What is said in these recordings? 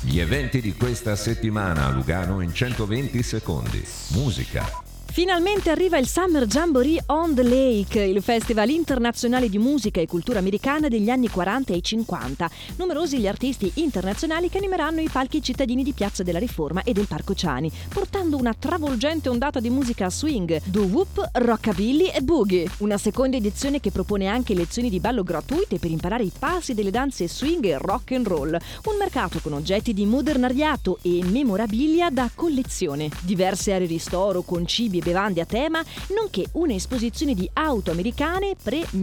Gli eventi di questa settimana a Lugano in 120 secondi. Musica. Finalmente arriva il Summer Jamboree on the Lake, il festival internazionale di musica e cultura americana degli anni 40 e 50. Numerosi gli artisti internazionali che animeranno i palchi cittadini di Piazza della Riforma e del Parco Ciani, portando una travolgente ondata di musica swing, doo-wop, rockabilly e boogie. Una seconda edizione che propone anche lezioni di ballo gratuite per imparare i passi delle danze swing e rock and roll. Un mercato con oggetti di modernariato e memorabilia da collezione. Diverse aree ristoro con cibi e bevande a tema, nonché un'esposizione di auto americane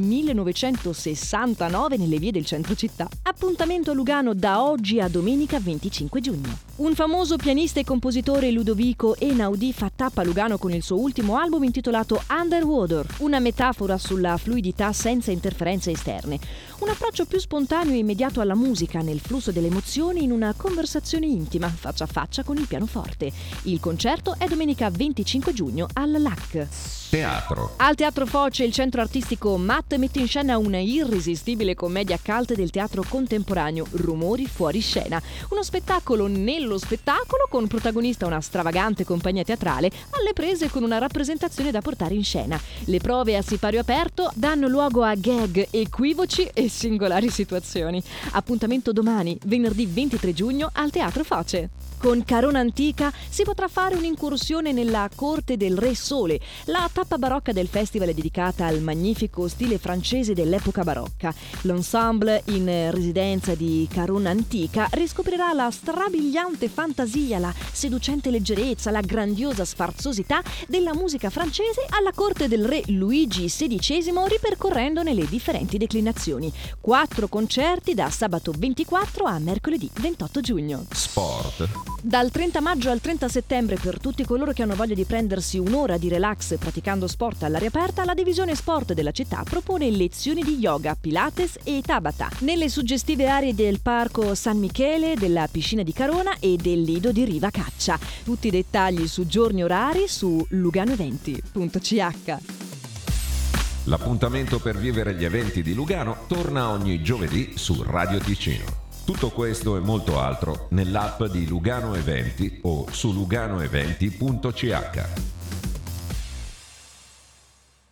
pre-1969 nelle vie del centro città. Appuntamento a Lugano da oggi a domenica 25 giugno. Un famoso pianista e compositore, Ludovico Einaudi, fa tappa a Lugano con il suo ultimo album intitolato Underwater, una metafora sulla fluidità senza interferenze esterne. Un approccio più spontaneo e immediato alla musica nel flusso delle emozioni in una conversazione intima, faccia a faccia con il pianoforte. Il concerto è domenica 25 giugno al LAC. Teatro. Al Teatro Foce il centro artistico Matt mette in scena una irresistibile commedia cult del teatro contemporaneo, Rumori fuori scena. Uno spettacolo nello spettacolo con protagonista una stravagante compagnia teatrale alle prese con una rappresentazione da portare in scena. Le prove a sipario aperto danno luogo a gag, equivoci e singolari situazioni. Appuntamento domani, venerdì 23 giugno al Teatro Foce. Con Carona Antica si potrà fare un'incursione nella Corte del Re Sole. La tappa barocca del festival è dedicata al magnifico stile francese dell'epoca barocca. L'ensemble in residenza di Carona Antica riscoprirà la strabiliante fantasia, la seducente leggerezza, la grandiosa sfarzosità della musica francese alla corte del re Luigi XVI, ripercorrendone le differenti declinazioni. 4 concerti da sabato 24 a mercoledì 28 giugno. Sport. Dal 30 maggio al 30 settembre, per tutti coloro che hanno voglia di prendersi un'ora di relax praticando sport all'aria aperta, la divisione sport della città propone lezioni di yoga, pilates e tabata nelle suggestive aree del parco San Michele, della piscina di Carona e del lido di Riva Caccia. Tutti i dettagli su giorni e orari su luganoeventi.ch. L'appuntamento per vivere gli eventi di Lugano torna ogni giovedì su Radio Ticino. Tutto questo e molto altro nell'app di Lugano Eventi o su luganoeventi.ch.